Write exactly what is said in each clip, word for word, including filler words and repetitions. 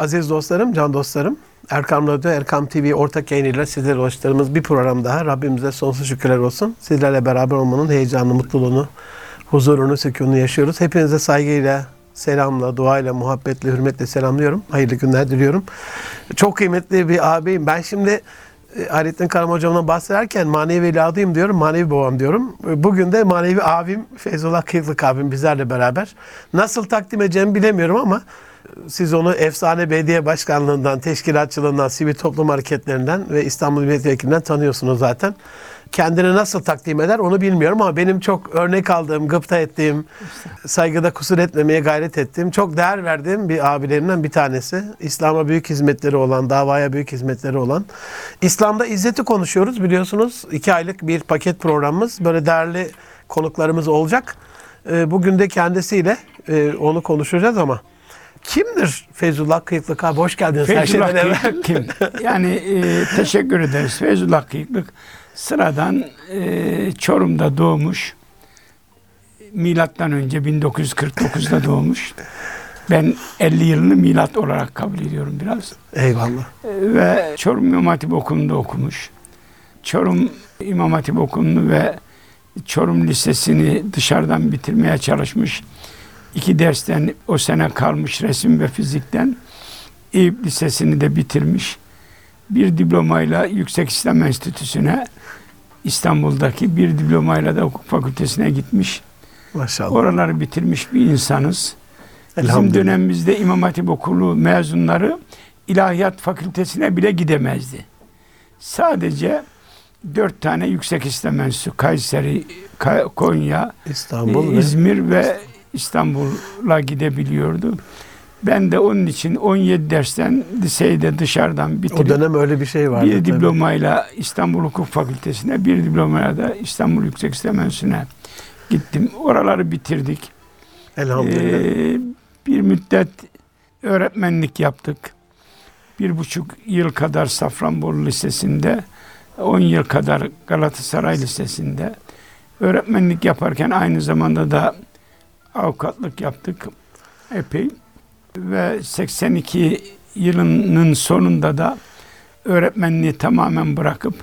Aziz dostlarım, can dostlarım, Erkam Radyo, Erkam T V ortak yayınıyla sizlere ulaştırdığımız bir program daha. Rabbimize sonsuz şükürler olsun. Sizlerle beraber olmanın heyecanını, mutluluğunu, huzurunu, sükununu yaşıyoruz. Hepinize saygıyla, selamla, duayla, muhabbetle, hürmetle selamlıyorum. Hayırlı günler diliyorum. Çok kıymetli bir ağabeyim. Ben şimdi Hayrettin Karam hocamdan bahsederken manevi evladıyım diyorum, manevi babam diyorum. Bugün de manevi abim Feyzullah Kıyıklık abim bizlerle beraber. Nasıl takdim edeceğimi bilemiyorum ama siz onu Efsane Belediye Başkanlığından, teşkilatçılığından, sivil toplum hareketlerinden ve İstanbul Milletvekilinden tanıyorsunuz zaten. Kendini nasıl takdim eder onu bilmiyorum ama benim çok örnek aldığım, gıpta ettiğim, saygıda kusur etmemeye gayret ettiğim, çok değer verdiğim bir abilerimden bir tanesi. İslam'a büyük hizmetleri olan, davaya büyük hizmetleri olan. İslam'da izzeti konuşuyoruz biliyorsunuz. İki aylık bir paket programımız. Böyle değerli konuklarımız olacak. Bugün de kendisiyle onu konuşacağız ama kimdir Feyzullah Kıyıklık abi? Hoş geldiniz. Feyzullah Kıyıklık kim? Yani e, teşekkür ederiz. Feyzullah Kıyıklık sıradan e, Çorum'da doğmuş. Milattan önce bin dokuz yüz kırk dokuzda doğmuş. Ben elli yılını milat olarak kabul ediyorum biraz. Eyvallah. E, ve Çorum İmam Hatip Okulu'nda okumuş. Çorum İmam Hatip Okulu'nu ve Çorum Lisesi'ni dışarıdan bitirmeye çalışmış. İki dersten o sene kalmış, resim ve fizikten. Eyüp Lisesi'ni de bitirmiş. Bir diplomayla Yüksek İslam Enstitüsü'ne, İstanbul'daki bir diplomayla da hukuk fakültesine gitmiş. Maşallah. Oraları bitirmiş bir insanız. Bizim dönemimizde İmam Hatip Okulu mezunları İlahiyat Fakültesine bile gidemezdi. Sadece dört tane Yüksek İslam Enstitüsü, Kayseri, Konya, İstanbul, İzmir ve, ve İstanbul'a gidebiliyordu. Ben de onun için on yedi dersten liseyi de dışarıdan bitirip o dönem öyle bir şey vardı. Bir diplomayla tabii. İstanbul Hukuk Fakültesine, bir diplomayla da İstanbul Yüksek İslam Enstitüsü'ne gittim. Oraları bitirdik. Elhamdülillah. Ee, bir müddet öğretmenlik yaptık. Bir buçuk yıl kadar Safranbolu Lisesi'nde, on yıl kadar Galatasaray Lisesi'nde öğretmenlik yaparken aynı zamanda da avukatlık yaptık epey. Ve seksen iki yılının sonunda da öğretmenliği tamamen bırakıp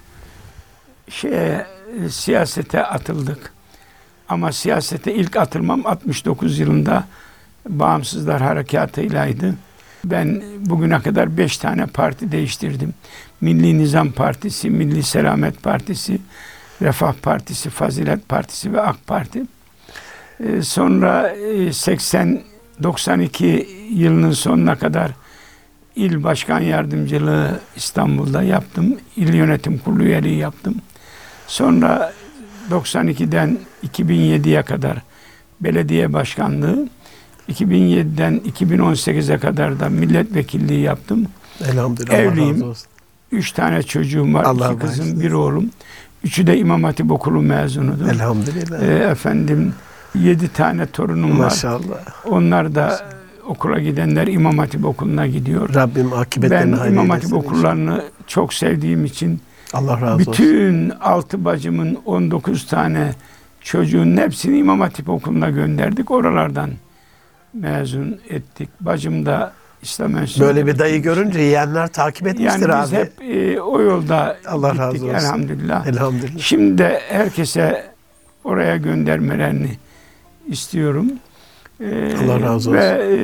şeye, siyasete atıldık. Ama siyasete ilk atılmam altmış dokuz yılında Bağımsızlar Harekatı'ylaydı. Ben bugüne kadar beş tane parti değiştirdim. Milli Nizam Partisi, Milli Selamet Partisi, Refah Partisi, Fazilet Partisi ve AK Parti. Ee, sonra seksen doksan iki yılının sonuna kadar il başkan yardımcılığı İstanbul'da yaptım. İl yönetim kurulu üyeliği yaptım. Sonra doksan ikiden iki bin yediye kadar belediye başkanlığı, iki bin yediden iki bin on sekize kadar da milletvekilliği yaptım. Elhamdülillah. Evliyim. Üç tane çocuğum var. Allah iki kızım, başlasın. Bir oğlum. Üçü de İmam Hatip Okulu mezunudur. Elhamdülillah. Ee, efendim yedi tane torunum Maşallah. var. Onlar da Maşallah. Okula gidenler İmam Hatip Okulu'na gidiyor. Rabbim akıbetlerini hayırlı Ben İmam Hatip okullarını inşallah. Çok sevdiğim için Allah razı bütün olsun. Bütün altı bacımın on dokuz tane çocuğun hepsini İmam Hatip Okulu'na gönderdik. Oralardan mezun ettik. Bacım da İslam Enstitüsü'nde. Böyle bir dayı görünce yeğenler takip etmiştir yani abi. biz hep e, o yolda Allah gittik razı olsun. Elhamdülillah. Elhamdülillah. Şimdi de herkese oraya göndermelerini istiyorum. Ee, Allah razı olsun. Ve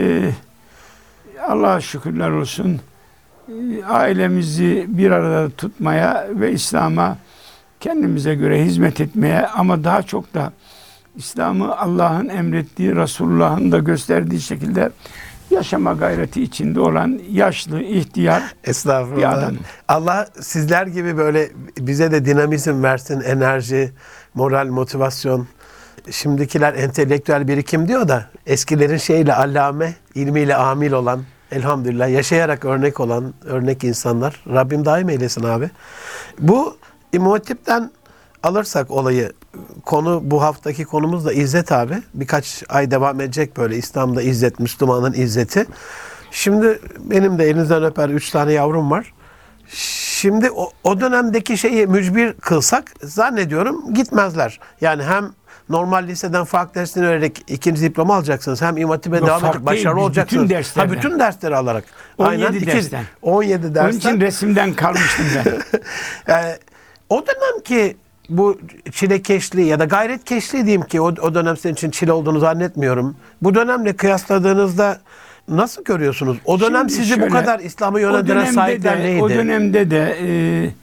e, Allah'a şükürler olsun. E, ailemizi bir arada tutmaya ve İslam'a kendimize göre hizmet etmeye ama daha çok da İslam'ı Allah'ın emrettiği, Resulullah'ın da gösterdiği şekilde yaşama gayreti içinde olan yaşlı, ihtiyar Estağfurullah. bir adam. Allah sizler gibi böyle bize de dinamizm versin, enerji, moral, motivasyon. Şimdikiler entelektüel birikim diyor da eskilerin şeyle allame, ilmiyle amil olan, elhamdülillah yaşayarak örnek olan örnek insanlar. Rabbim daim eylesin abi. Bu İmam Hatip'ten alırsak olayı, konu bu haftaki konumuz da İzzet abi. Birkaç ay devam edecek böyle İslam'da İzzet, Müslümanın izzeti. Şimdi benim de elinizden öper üç tane yavrum var. Şimdi o, o dönemdeki şeyi mücbir kılsak zannediyorum gitmezler. Yani hem normal liseden farklı dersini vererek ikinci diploma alacaksınız. Hem İmam Hatip'e Yok, devam fark edip başarılı değil, biz olacaksınız. bütün derslerden. Ha, bütün dersleri alarak. on yedi Aynen, iki- dersten. on yedi Onun dersten. için resimden kalmıştım ben. Ee, o dönemki bu çilekeşli ya da gayretkeşli diyeyim ki o, o dönem senin için çile olduğunu zannetmiyorum. Bu dönemle kıyasladığınızda nasıl görüyorsunuz? O dönem Şimdi sizi bu şöyle, kadar İslam'a o yönlendiren dönemde sahipler de, neydi? o dönemde de e,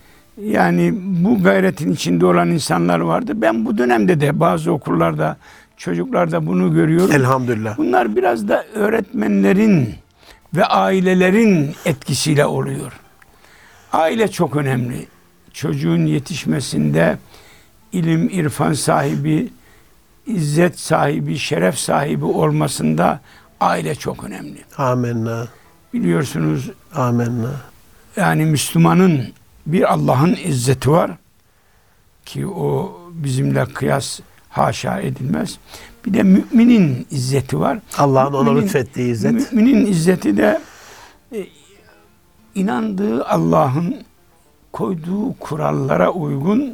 yani bu gayretin içinde olan insanlar vardı. Ben bu dönemde de bazı okullarda, çocuklarda bunu görüyorum. Elhamdülillah. Bunlar biraz da öğretmenlerin ve ailelerin etkisiyle oluyor. Aile çok önemli. Çocuğun yetişmesinde ilim, irfan sahibi, izzet sahibi, şeref sahibi olmasında aile çok önemli. Amenna. Biliyorsunuz Amenna. yani Müslümanın bir Allah'ın izzeti var ki o bizimle kıyas haşa edilmez. Bir de müminin izzeti var. Allah'ın ona Müminin- lütfettiği izzet. Müminin izzeti de e, inandığı Allah'ın koyduğu kurallara uygun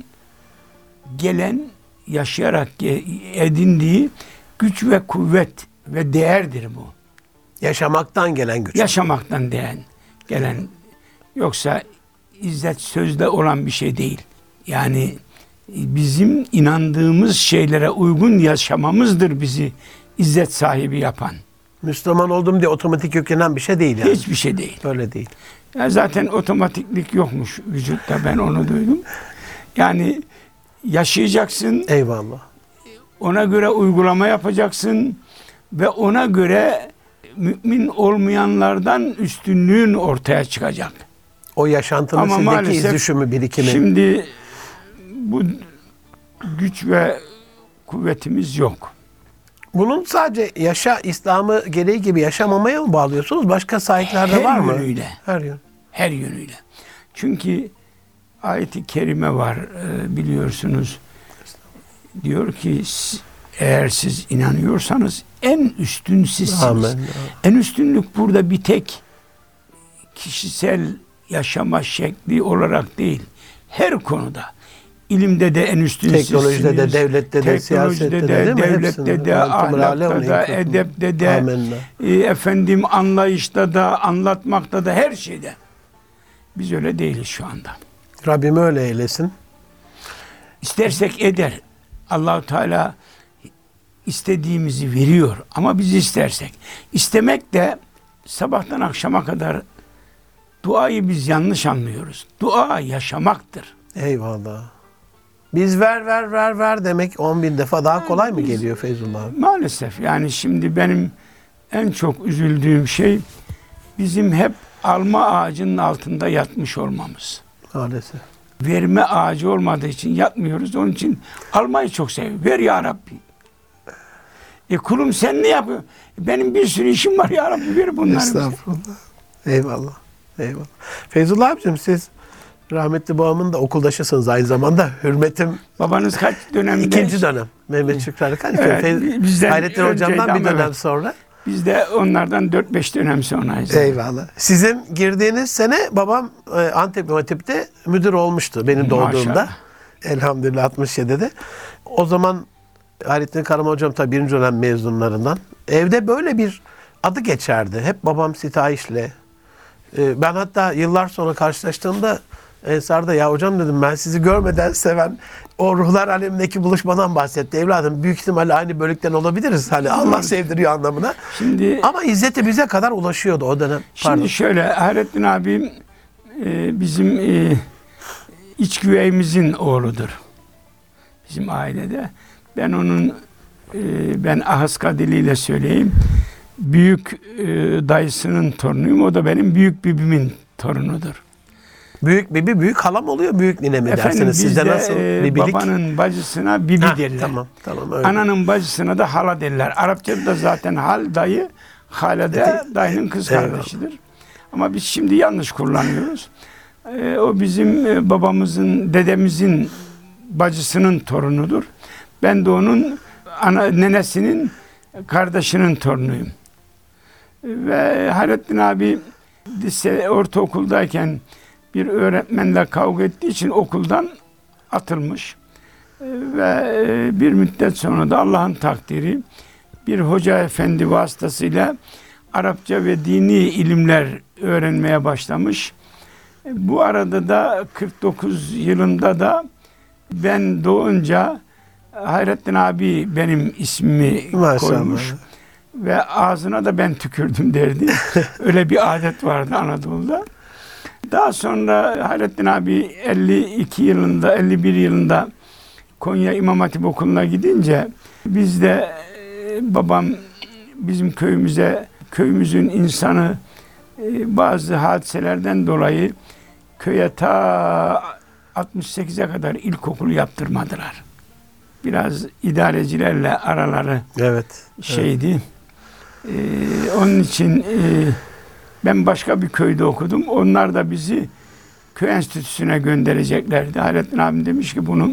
gelen, yaşayarak ge- edindiği güç ve kuvvet ve değerdir bu. Yaşamaktan gelen güç. Yaşamaktan değen, gelen. Yoksa izzet sözde olan bir şey değil. Yani bizim inandığımız şeylere uygun yaşamamızdır bizi izzet sahibi yapan. Müslüman oldum diye otomatik yüklenen bir şey değil yani. Hiçbir şey değil. Öyle değil. Ya zaten otomatiklik yokmuş vücutta, ben onu duydum. Yani yaşayacaksın, Eyvallah. ona göre uygulama yapacaksın ve ona göre mümin olmayanlardan üstünlüğün ortaya çıkacak. O yaşantının Ama sizdeki maalesef iz düşümü, birikimi. Şimdi bu güç ve kuvvetimiz yok. Bunun sadece yaşa İslam'ı gereği gibi yaşamamaya mı bağlıyorsunuz? Başka sahipler de var mı? Her yönüyle. Her yön. Her yönüyle. Çünkü ayet-i kerime var e, biliyorsunuz. Diyor ki s- eğer siz inanıyorsanız en üstün sizsiniz. Amen. En üstünlük burada bir tek kişisel yaşama şekli olarak değil. Her konuda. İlimde de en üstün Teknolojide de, sizsiniz. devlette de, Teknolojide siyasette de, de, değil mi? devlette Hepsinde. de, Altı brale, ahlakta onu da, yıkatın. edepte de, Amenna. e, efendim anlayışta da, anlatmakta da, her şeyde. Biz öyle değiliz şu anda. Rabbim öyle eylesin. İstersek eder. Allahu Teala istediğimizi veriyor ama biz istersek. İstemek de sabahtan akşama kadar duayı biz yanlış anlıyoruz. Dua yaşamaktır. Eyvallah. Biz ver ver ver ver demek on bin defa daha kolay mı biz- geliyor Feyzullah abi? Maalesef yani şimdi benim en çok üzüldüğüm şey bizim hep alma ağacının altında yatmış olmamız. Maalesef. Verme ağacı olmadığı için yatmıyoruz. Onun için almayı çok seviyorum. Ver ya Rabbi. E kulum sen ne yapıyorsun? Benim bir sürü işim var ya Rabbi, ver bunları bize. Estağfurullah. Eyvallah. Eyvallah. Feyzullah abicim siz rahmetli babamın da okuldaşısınız aynı zamanda. Hürmetim Babanız kaç dönemde? ikinci dönem. Mehmet Şükrü Arıkan. Evet, Feyz- bizden Hayrettin hocamdan önceydi bir ama dönem evet. sonra. Biz de onlardan dört beş dönem sonrayız. Eyvallah. Sizin girdiğiniz sene babam e, Antep İmam Hatip'te müdür olmuştu benim doğduğumda. Maşallah. Elhamdülillah altmış yedide. O zaman Hayrettin Karaman hocam tabii birinci dönem mezunlarından. Evde böyle bir adı geçerdi. Hep babam sitayişle. E, ben hatta yıllar sonra karşılaştığımda Ensar'da ya hocam dedim ben sizi görmeden seven o ruhlar alemindeki buluşmadan bahsetti. Evladım büyük ihtimalle aynı bölükten olabiliriz. Hani Allah sevdiriyor anlamına. Şimdi Ama izzeti bize kadar ulaşıyordu o dönem. Pardon. Şimdi şöyle, Hayrettin abim e, bizim e, iç güveyimizin oğludur. Bizim ailede. Ben onun, e, ben Ahıska diliyle söyleyeyim, büyük e, dayısının torunuyum. O da benim büyük bibimin torunudur. Büyük bibi büyük halam oluyor, büyük nine mi Efendim dersiniz? Sizde bizde nasıl e, bibilik? babanın bacısına bibi Ha, derler. tamam, tamam öyle. Ananın bacısına da hala derler. Arapçada da zaten hal dayı, hale de dayının kız Eyvallah. kardeşidir. Ama biz şimdi yanlış kullanıyoruz. Ee, o bizim e, babamızın, dedemizin bacısının torunudur. Ben de onun ana, nenesinin kardeşinin torunuyum. Ve Hayrettin abi lise, ortaokuldayken bir öğretmenle kavga ettiği için okuldan atılmış. Ve e, bir müddet sonra da Allah'ın takdiri bir hoca efendi vasıtasıyla Arapça ve dini ilimler öğrenmeye başlamış. Bu arada da kırk dokuz yılında da ben doğunca Hayrettin abi benim ismimi Maşallah. koymuş. Ve ağzına da ben tükürdüm derdi. Öyle bir adet vardı Anadolu'da. Daha sonra Hayrettin abi elli iki yılında, elli bir yılında Konya İmam Hatip Okulu'na gidince biz de babam bizim köyümüze, köyümüzün insanı bazı hadiselerden dolayı köye ta altmış sekize kadar ilkokul yaptırmadılar. Biraz idarecilerle araları Evet. şeydi. Evet. Ee, onun için e, ben başka bir köyde okudum. Onlar da bizi köy enstitüsüne göndereceklerdi. Hayrettin abim demiş ki bunu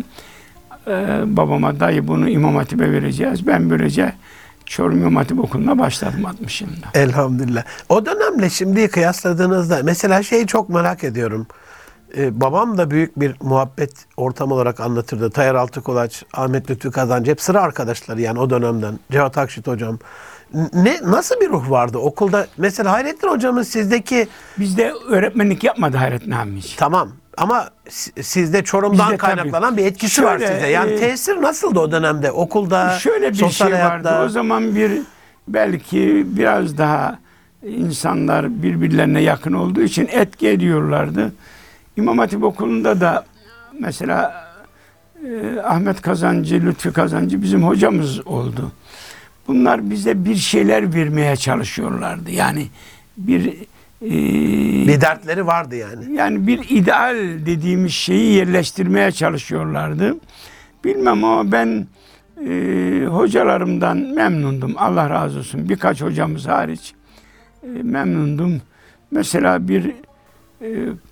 e, babama dayı bunu İmam Hatip'e vereceğiz. Ben böylece Çorum İmam Hatip Okulu'na başladım altmış yılında. Elhamdülillah. O dönemle şimdi kıyasladığınızda mesela şeyi çok merak ediyorum. Ee, babam da büyük bir muhabbet ortamı olarak anlatırdı. Tayyar Altıkolaç, Ahmet Lütfü Kazancı hep sıra arkadaşları yani o dönemden. Cevat Akşit hocam. Ne nasıl bir ruh vardı okulda? Mesela Hayrettin hocamın sizdeki Bizde öğretmenlik yapmadı Hayrettin abi hiç. tamam ama si- sizde Çorum'dan Bizde kaynaklanan tabii. bir etkisi var Şöyle, size. Yani e, tesir nasıldı o dönemde okulda, Şöyle bir sosyal şey hayatta? vardı. O zaman bir belki biraz daha insanlar birbirlerine yakın olduğu için etki ediyorlardı. İmam Hatip Okulu'nda da mesela e, Ahmet Kazancı, Lütfü Kazancı bizim hocamız oldu. Bunlar bize bir şeyler vermeye çalışıyorlardı. Yani bir e, Bir dertleri vardı yani. yani bir ideal dediğimiz şeyi yerleştirmeye çalışıyorlardı. Bilmem ama ben e, hocalarımdan memnundum. Allah razı olsun. Birkaç hocamız hariç e, memnundum. Mesela bir e,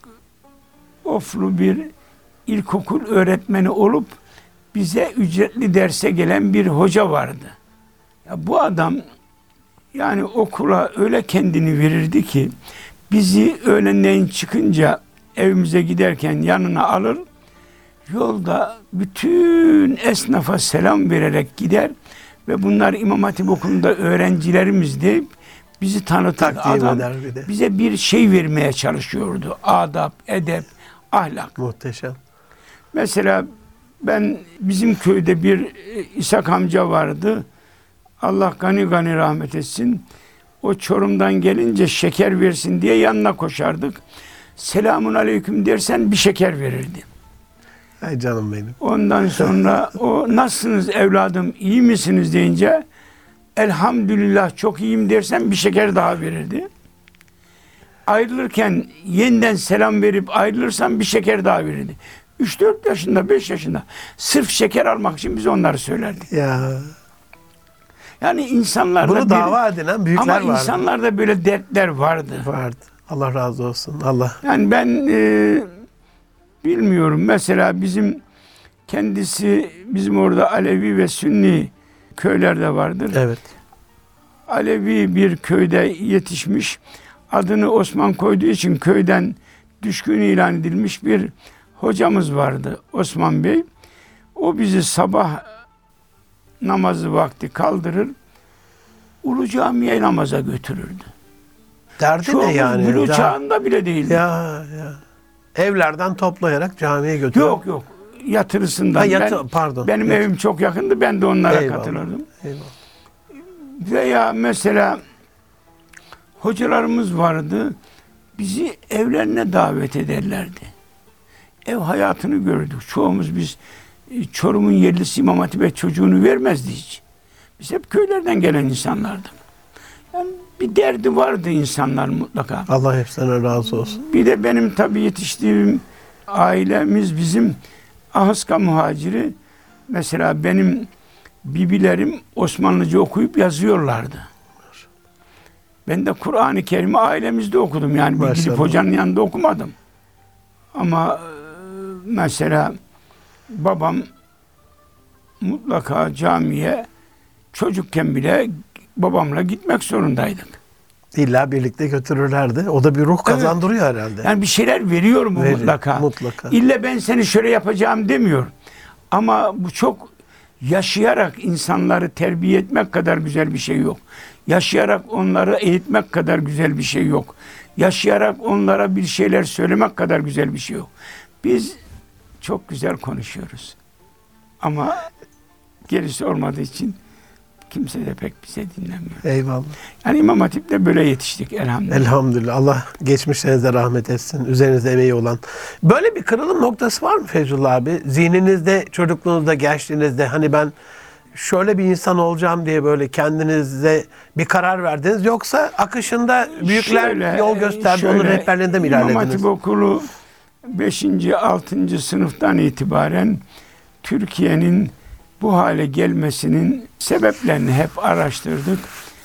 Oflu bir ilkokul öğretmeni olup bize ücretli derse gelen bir hoca vardı. Ya bu adam yani okula öyle kendini verirdi ki bizi öğlenleyin çıkınca evimize giderken yanına alır, yolda bütün esnafa selam vererek gider ve bunlar İmam Hatip Okulu'nda öğrencilerimiz deyip bizi tanıtır. Takdim Adam eder bir de. bize bir şey vermeye çalışıyordu. Adap, edep, ahlak. Muhteşem. Mesela ben bizim köyde bir İshak amca vardı. Allah gani gani rahmet etsin. O Çorum'dan gelince şeker versin diye yanına koşardık. Selamun aleyküm dersen bir şeker verirdi. Ay canım benim. Ondan sonra o nasılsınız evladım iyi misiniz deyince elhamdülillah çok iyiyim dersen bir şeker daha verirdi. Ayrılırken yeniden selam verip ayrılırsan bir şeker daha verirdi. üç dört yaşında, beş yaşında sırf şeker almak için biz onları söylerdik. Ya. Yani insanlarda Bunu bir, dava edinen büyükler ama vardı. insanlarda böyle dertler vardı. Vardı. Allah razı olsun. Allah. Yani ben e, bilmiyorum. Mesela bizim kendisi bizim orada Alevi ve Sünni köylerde vardır. Evet. Alevi bir köyde yetişmiş. Adını Osman koyduğu için köyden düşkün ilan edilmiş bir hocamız vardı. Osman Bey. O bizi sabah namazı vakti kaldırır. Ulu Cami'ye namaza götürürdü. Derdi Çoğumuz ne yani? bülü Daha- çağında bile değildi. Ya ya. Evlerden toplayarak camiye götürüyor. Yok yok. Yatırısından. Ha, yatı- ben, pardon. Benim Yatı- evim çok yakındı. Ben de onlara Eyvallah. katılırdım. Eyvallah. Veya mesela hocalarımız vardı. Bizi evlerine davet ederlerdi. Ev hayatını gördük. Çoğumuz biz e, Çorum'un yerlisi İmam Hatip'e çocuğunu vermezdi hiç. Biz hep köylerden gelen insanlardık. Yani bir derdi vardı insanlar mutlaka. Allah hepsine razı olsun. Bir de benim tabii yetiştiğim ailemiz bizim Ahıska muhaciri. Mesela benim bibilerim Osmanlıca okuyup yazıyorlardı. Ben de Kur'an-ı Kerim'i ailemizde okudum. Yani bir Maşallah. gidip hocanın yanında okumadım. Ama e, mesela babam mutlaka camiye çocukken bile babamla gitmek zorundaydık. İlla birlikte götürürlerdi. O da bir ruh kazandırıyor herhalde. Yani bir şeyler veriyor mu Verir, mutlaka? mutlaka. İlle ben seni şöyle yapacağım demiyor. Ama bu çok yaşayarak insanları terbiye etmek kadar güzel bir şey yok. Yaşayarak onları eğitmek kadar güzel bir şey yok. Yaşayarak onlara bir şeyler söylemek kadar güzel bir şey yok. Biz çok güzel konuşuyoruz. Ama gerisi olmadığı için kimse de pek bize dinlemiyor. Eyvallah. Yani İmam Hatip'te böyle yetiştik elhamdülillah. Elhamdülillah. Allah geçmişlerinize rahmet etsin. Üzerinizde emeği olan. Böyle bir kırılım noktası var mı Feyzullah abi? Zihninizde, çocukluğunuzda, gençliğinizde hani ben şöyle bir insan olacağım diye böyle kendinize bir karar verdiniz. Yoksa akışında büyükler Şöyle, yol gösterdi. şöyle, Onun rehberliğinde mi İmam ilerlediniz? Hatip Okulu beşinci altıncı sınıftan itibaren Türkiye'nin bu hale gelmesinin sebeplerini hep araştırdık.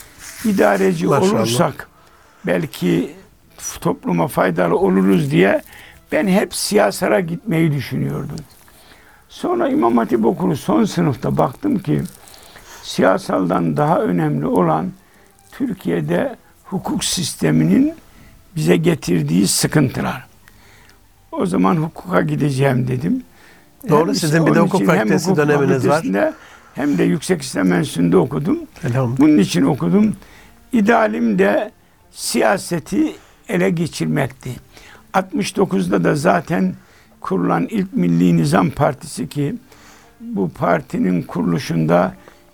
İdareci Maşallah. olursak belki topluma faydalı oluruz diye ben hep siyasara gitmeyi düşünüyordum. Sonra İmam Hatip Okulu son sınıfta baktım ki siyasaldan daha önemli olan Türkiye'de hukuk sisteminin bize getirdiği sıkıntılar. O zaman hukuka gideceğim dedim. Doğru, Hem sizin bir de onun hukuk için hem fakültesi hukuk döneminiz var. fakültesinde hem de Yüksek İslam Enstitüsü'nde okudum. Elhamdülillah. Bunun için okudum. İdealim de siyaseti ele geçirmekti. altmış dokuzda da zaten kurulan ilk Milli Nizam Partisi ki bu partinin kuruluşunda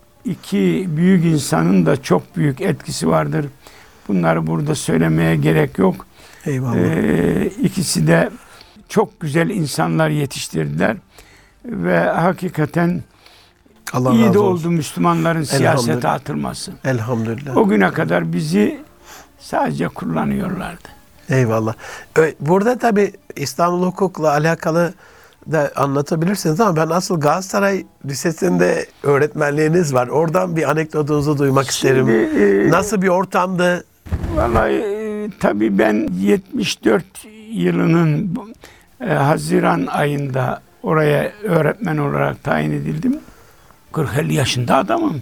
iki büyük insanın da çok büyük etkisi vardır. Bunları burada söylemeye gerek yok. Eyvallah. Ee, ikisi de çok güzel insanlar yetiştirdiler ve hakikaten Allah iyi razı de olsun. oldu Müslümanların siyasete Elhamdülillah. atılması. Elhamdülillah. O güne kadar bizi sadece kullanıyorlardı. Eyvallah. Ö- Burada tabii İstanbul Hukuk'la alakalı da anlatabilirsiniz ama ben asıl Galatasaray Lisesi'nde öğretmenliğiniz var. Oradan bir anekdotunuzu duymak isterim. e, Nasıl bir ortamdı? Vallahi e, tabii ben yetmiş dört yılının e, Haziran ayında oraya öğretmen olarak tayin edildim. kırk elli yaşında adamım.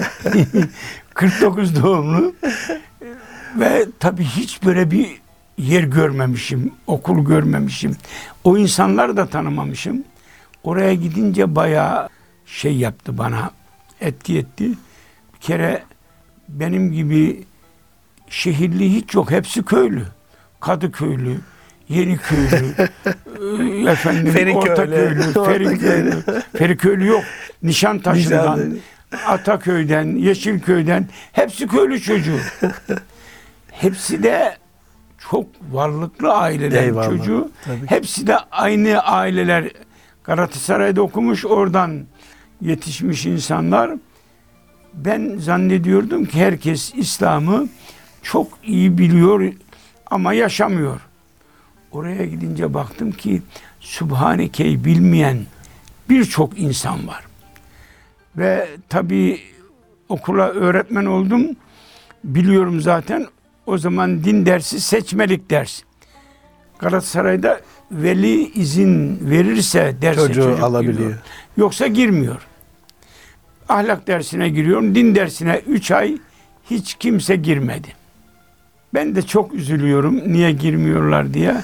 kırk dokuz doğumlu. Ve tabii hiç böyle bir yer görmemişim, okul görmemişim. O insanları da tanımamışım. Oraya gidince bayağı şey yaptı bana, etki etti. Bir kere benim gibi şehirli hiç yok. Hepsi köylü. Kadıköylü, Yeniköylü, e, efendim Feriköylü, Ortaköylü, Feriköylü. Feriköylü yok. Nişantaşı'ndan, Nişantaşı. Ataköy'den, Yeşilköy'den hepsi köylü çocuğu. Hepsi de çok varlıklı ailelerin Eyvallah, çocuğu. tabii. Hepsi de aynı aileler. Galatasaray'da okumuş, oradan yetişmiş insanlar. Ben zannediyordum ki herkes İslam'ı çok iyi biliyor ama yaşamıyor. Oraya gidince baktım ki Sübhaneke'yi bilmeyen birçok insan var. Ve tabii okula öğretmen oldum. Biliyorum zaten. O zaman din dersi seçmelik ders. Galatasaray'da veli izin verirse derse Çocuğu çocuk alabiliyor. giriyor. Yoksa girmiyor. Ahlak dersine giriyorum. Din dersine üç ay hiç kimse girmedi. Ben de çok üzülüyorum. Niye girmiyorlar diye.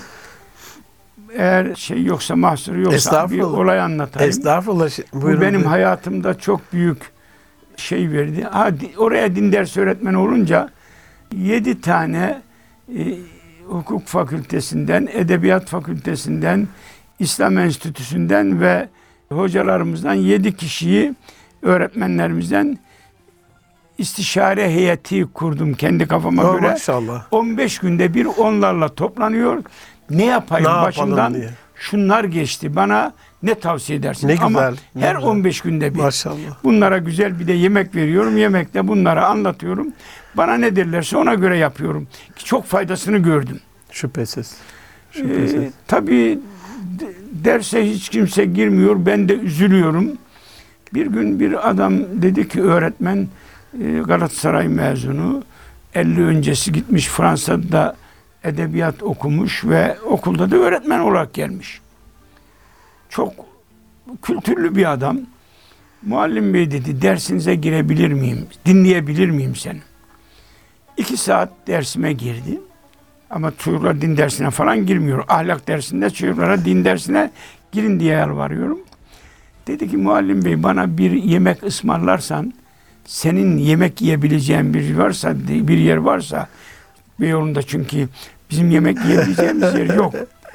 Eğer şey yoksa, mahsuru yoksa bir olay anlatayım. Estağfurullah. Bu Buyurun, benim buyurun. hayatımda çok büyük şey verdi. Ha, oraya din dersi öğretmeni olunca yedi tane e, hukuk fakültesinden, edebiyat fakültesinden, İslam Enstitüsü'nden ve hocalarımızdan yedi kişiyi öğretmenlerimizden istişare heyeti kurdum kendi kafama Oh, göre. maşallah. on beş günde bir onlarla toplanıyor. Ne yapayım Ne yapalım başımdan? diye. Şunlar geçti. Bana ne tavsiye edersin? Ne Ama güzel, ne her güzel. on beş günde bir. Maşallah. Bunlara güzel bir de yemek veriyorum. Yemekte bunlara anlatıyorum. Bana ne derlerse ona göre yapıyorum. Ki çok faydasını gördüm. Şüphesiz. Şüphesiz. Ee, tabii de- derse hiç kimse girmiyor. Ben de üzülüyorum. Bir gün bir adam dedi ki öğretmen e, Galatasaray mezunu elli öncesi gitmiş Fransa'da edebiyat okumuş ve okulda da öğretmen olarak gelmiş. Çok kültürlü bir adam. Muallim bey dedi dersinize girebilir miyim? Dinleyebilir miyim seni? İki saat dersime girdi. Ama çocuklar din dersine falan girmiyor. Ahlak dersinde çocuklara din dersine girin diye yalvarıyorum. Dedi ki muallim bey bana bir yemek ısmarlarsan senin yemek yiyebileceğin bir varsa bir yer varsa Beyoğlu'nda çünkü bizim yemek yiyebileceğimiz yer yok.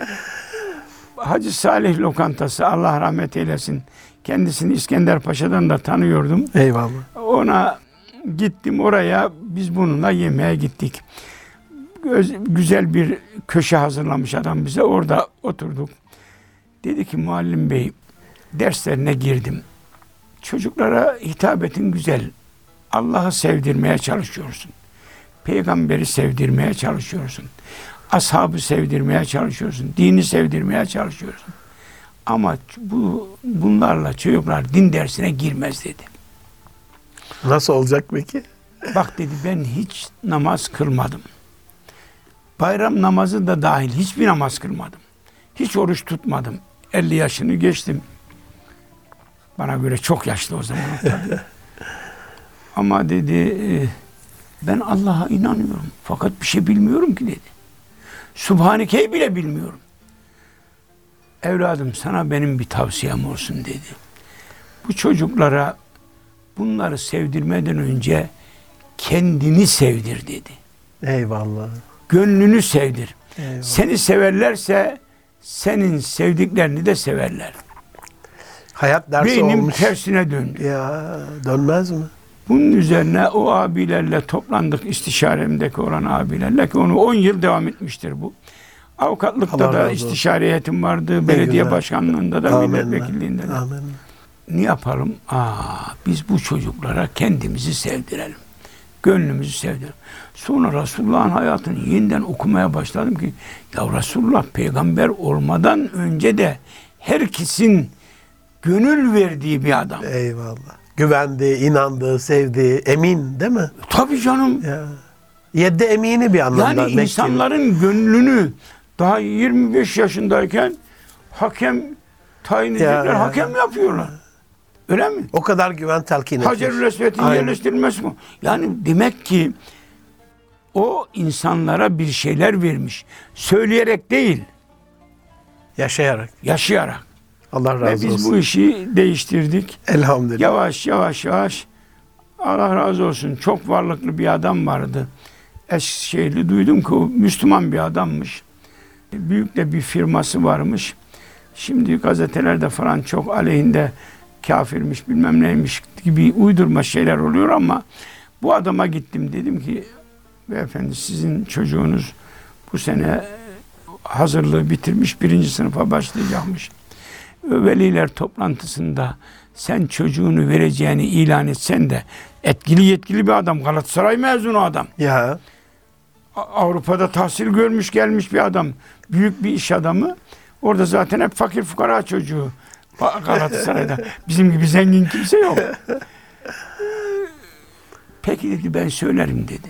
Hacı Salih lokantası Allah rahmet eylesin. Kendisini İskender Paşa'dan da tanıyordum. Eyvallah. Ona gittim oraya biz bununla yemeğe gittik. Öz- güzel bir köşe hazırlamış adam bize. Orada oturduk. Dedi ki muallim bey derslerine girdim. Çocuklara hitabetin güzel. Allah'ı sevdirmeye çalışıyorsun. Peygamberi sevdirmeye çalışıyorsun. Ashabı sevdirmeye çalışıyorsun. Dini sevdirmeye çalışıyorsun. Ama bu bunlarla çocuklar din dersine girmez dedi. Nasıl olacak peki? Bak dedi ben hiç namaz kılmadım. Bayram namazı da dahil hiçbir namaz kılmadım. Hiç oruç tutmadım. elli yaşını geçtim. Bana göre çok yaşlı o zaman tabii. Ama dedi ben Allah'a inanıyorum. Fakat bir şey bilmiyorum ki dedi. Subhaneke'yi bile bilmiyorum. Evladım sana benim bir tavsiyem olsun dedi. Bu çocuklara bunları sevdirmeden önce kendini sevdir dedi. Eyvallah. Gönlünü sevdir. Eyvallah. Seni severlerse senin sevdiklerini de severler. Hayat dersi Beynim olmuş. tersine döndü. Ya dönmez mi? Bunun üzerine o abilerle toplandık, istişaremdeki olan abilerle ki onu on yıl devam etmiştir bu. Avukatlıkta Allah da razı olsun. istişare heyetim vardı, belediye güzel. başkanlığında da, Amenna. milletvekilliğinde de. Amenna. Ne yapalım? Aa, biz bu çocuklara kendimizi sevdirelim. Gönlümüzü sevdirelim. Sonra Resulullah'ın hayatını yeniden okumaya başladım ki ya Resulullah peygamber olmadan önce de herkesin gönül verdiği bir adam. Eyvallah. Güvendiği, inandığı, sevdiği, emin değil mi? Tabii canım. Ya. Yedde emini bir anlamda. Yani Mekke'nin. insanların gönlünü daha yirmi beş yaşındayken hakem tayin edecekler, ya, hakem yapıyorlar. Öyle mi? O kadar güven telkin etmiş. Hacer-ül Esved'in Aynen. yerleştirilmesi mi? Yani demek ki o insanlara bir şeyler vermiş. Söyleyerek değil, Yaşayarak. yaşayarak. Allah Ve razı biz olsun. bu işi değiştirdik. Elhamdülillah. Yavaş yavaş yavaş Allah razı olsun. Çok varlıklı bir adam vardı. Eskişehirli duydum ki o Müslüman bir adammış. Büyük de bir firması varmış. Şimdi gazetelerde falan çok aleyhinde kafirmiş bilmem neymiş gibi uydurma şeyler oluyor ama bu adama gittim dedim ki beyefendi sizin çocuğunuz bu sene hazırlığı bitirmiş birinci sınıfa başlayacakmış. Veliler toplantısında sen çocuğunu vereceğini ilan etsen de etkili yetkili bir adam, Galatasaray mezunu adam. Ya. Avrupa'da tahsil görmüş gelmiş bir adam. Büyük bir iş adamı. Orada zaten hep fakir fukara çocuğu. Galatasaray'da. Bizim gibi zengin kimse yok. Peki dedi ben söylerim dedi.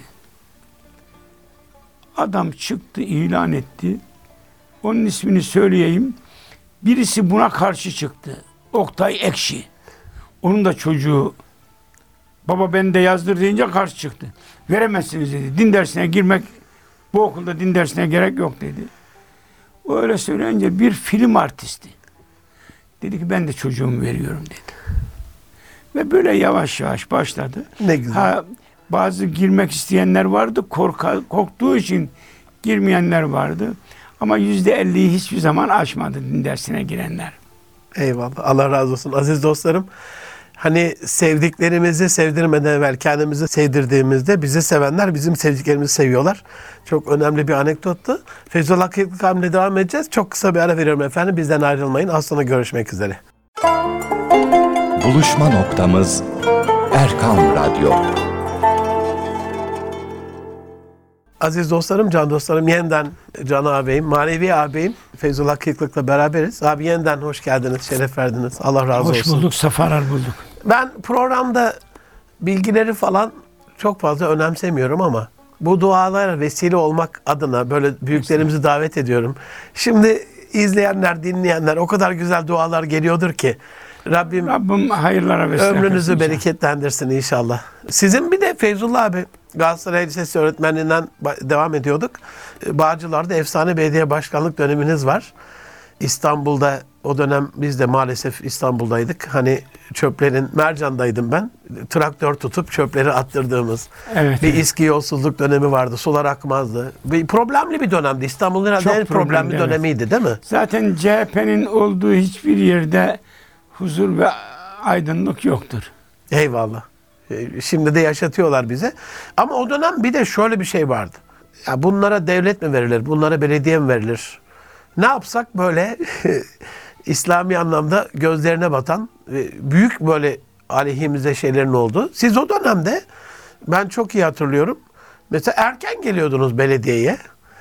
Adam çıktı ilan etti. Onun ismini söyleyeyim. Birisi buna karşı çıktı. Oktay Ekşi. Onun da çocuğu baba beni de yazdır deyince karşı çıktı. Veremezsiniz dedi. Din dersine girmek bu okulda din dersine gerek yok dedi. O öyle söyleyince bir film artisti. Dedi ki ben de çocuğumu veriyorum dedi. Ve böyle yavaş yavaş başladı. Ne güzel. Ha, bazı girmek isteyenler vardı. Korka, korktuğu için girmeyenler vardı. Ama yüzde elliyi hiçbir zaman aşmadı din dersine girenler. Eyvallah. Allah razı olsun. Aziz dostlarım, hani sevdiklerimizi sevdirmeden evvel kendimizi sevdirdiğimizde bizi sevenler bizim sevdiklerimizi seviyorlar. Çok önemli bir anekdottu. Feyzullah Kıyıklık abimle devam edeceğiz. Çok kısa bir ara veriyorum efendim. Bizden ayrılmayın. Az sonra görüşmek üzere. Buluşma noktamız Erkam Radyo. Aziz dostlarım, can dostlarım, yeniden Can ağabeyim, manevi ağabeyim Feyzullah Kıyıklık'la beraberiz. Abi yeniden hoş geldiniz, şeref verdiniz. Allah razı Hoş olsun. bulduk, sefalar bulduk. Ben programda bilgileri falan çok fazla önemsemiyorum ama bu dualara vesile olmak adına böyle büyüklerimizi davet ediyorum. Şimdi izleyenler, dinleyenler o kadar güzel dualar geliyordur ki Rabbim Rabbim hayırlara vesile ömrünüzü kılsın. bereketlendirsin inşallah. Sizin bir de Feyzullah abi Galatasaray Lisesi öğretmenliğinden devam ediyorduk. Bağcılar'da efsane belediye başkanlık döneminiz var. İstanbul'da o dönem biz de maalesef İstanbul'daydık. Hani çöplerin, Mercan'daydım ben. Traktör tutup çöpleri attırdığımız Evet, bir evet. İSKİ yolsuzluk dönemi vardı. Sular akmazdı. Bir problemli bir dönemdi. İstanbul'un herhalde Çok en problemli problemli, evet. dönemiydi değil mi? Zaten C H P'nin olduğu hiçbir yerde huzur ve aydınlık yoktur. Eyvallah. E, Şimdi de yaşatıyorlar bize. Ama o dönem bir de şöyle bir şey vardı. Ya bunlara devlet mi verilir? Bunlara belediye mi verilir? Ne yapsak böyle İslami anlamda gözlerine batan e, büyük böyle aleyhimize şeylerin oldu. Siz o dönemde ben çok iyi hatırlıyorum. Mesela erken geliyordunuz belediyeye.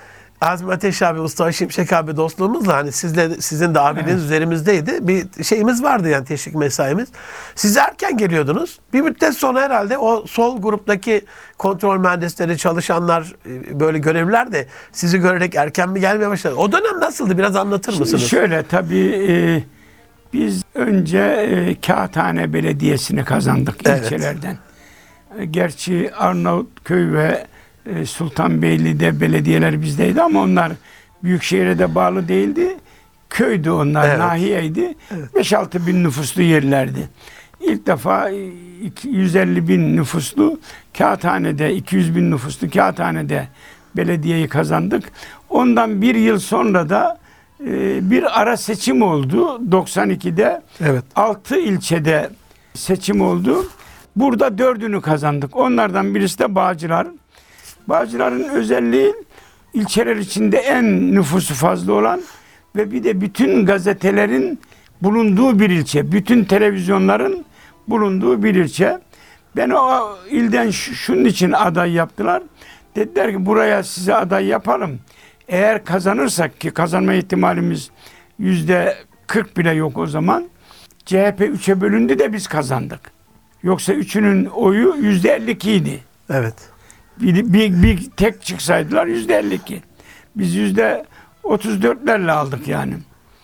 Azmi Ateş abi, Mustafa Şimşek abi dostluğumuzla hani sizle, sizin de abiniz Evet. üzerimizdeydi. Bir şeyimiz vardı yani, teşvik mesaimiz. Siz erken geliyordunuz. Bir müddet sonra herhalde o sol gruptaki kontrol mühendisleri, çalışanlar, e, böyle görevliler de sizi görerek erken mi gelmeye başladı? O dönem nasıldı? Biraz anlatır Şimdi mısınız? şöyle tabii e, biz önce e, Kağıthane Belediyesi'ni kazandık Evet. ilçelerden. E, gerçi Arnavutköy ve e, Sultanbeyli'de belediyeler bizdeydi ama onlar büyükşehire de bağlı değildi. Köydü onlar, Evet. nahiyeydi. beş altı bin nüfuslu yerlerdi. İlk defa iki yüz elli bin nüfuslu Kağıthane'de, iki yüz bin nüfuslu Kağıthane'de belediyeyi kazandık. Ondan bir yıl sonra da e, bir ara seçim oldu. doksan ikide Evet. altı ilçede seçim oldu. Burada dördünü kazandık. Onlardan birisi de Bağcılar. Bağcılar'ın özelliği ilçeler içinde en nüfusu fazla olan ve bir de bütün gazetelerin bulunduğu bir ilçe. Bütün televizyonların bulunduğu bir ilçe. Ben o ilden şu- şunun için aday yaptılar. Dediler ki buraya size aday yapalım. Eğer kazanırsak, ki kazanma ihtimalimiz yüzde kırk bile yok o zaman. C H P üçe bölündü de biz kazandık. Yoksa üçünün oyu yüzde elli iki idi. Evet. Bir, bir, bir tek çıksaydılar yüzde elli iki. Biz yüzde otuz dörtlerle aldık yani.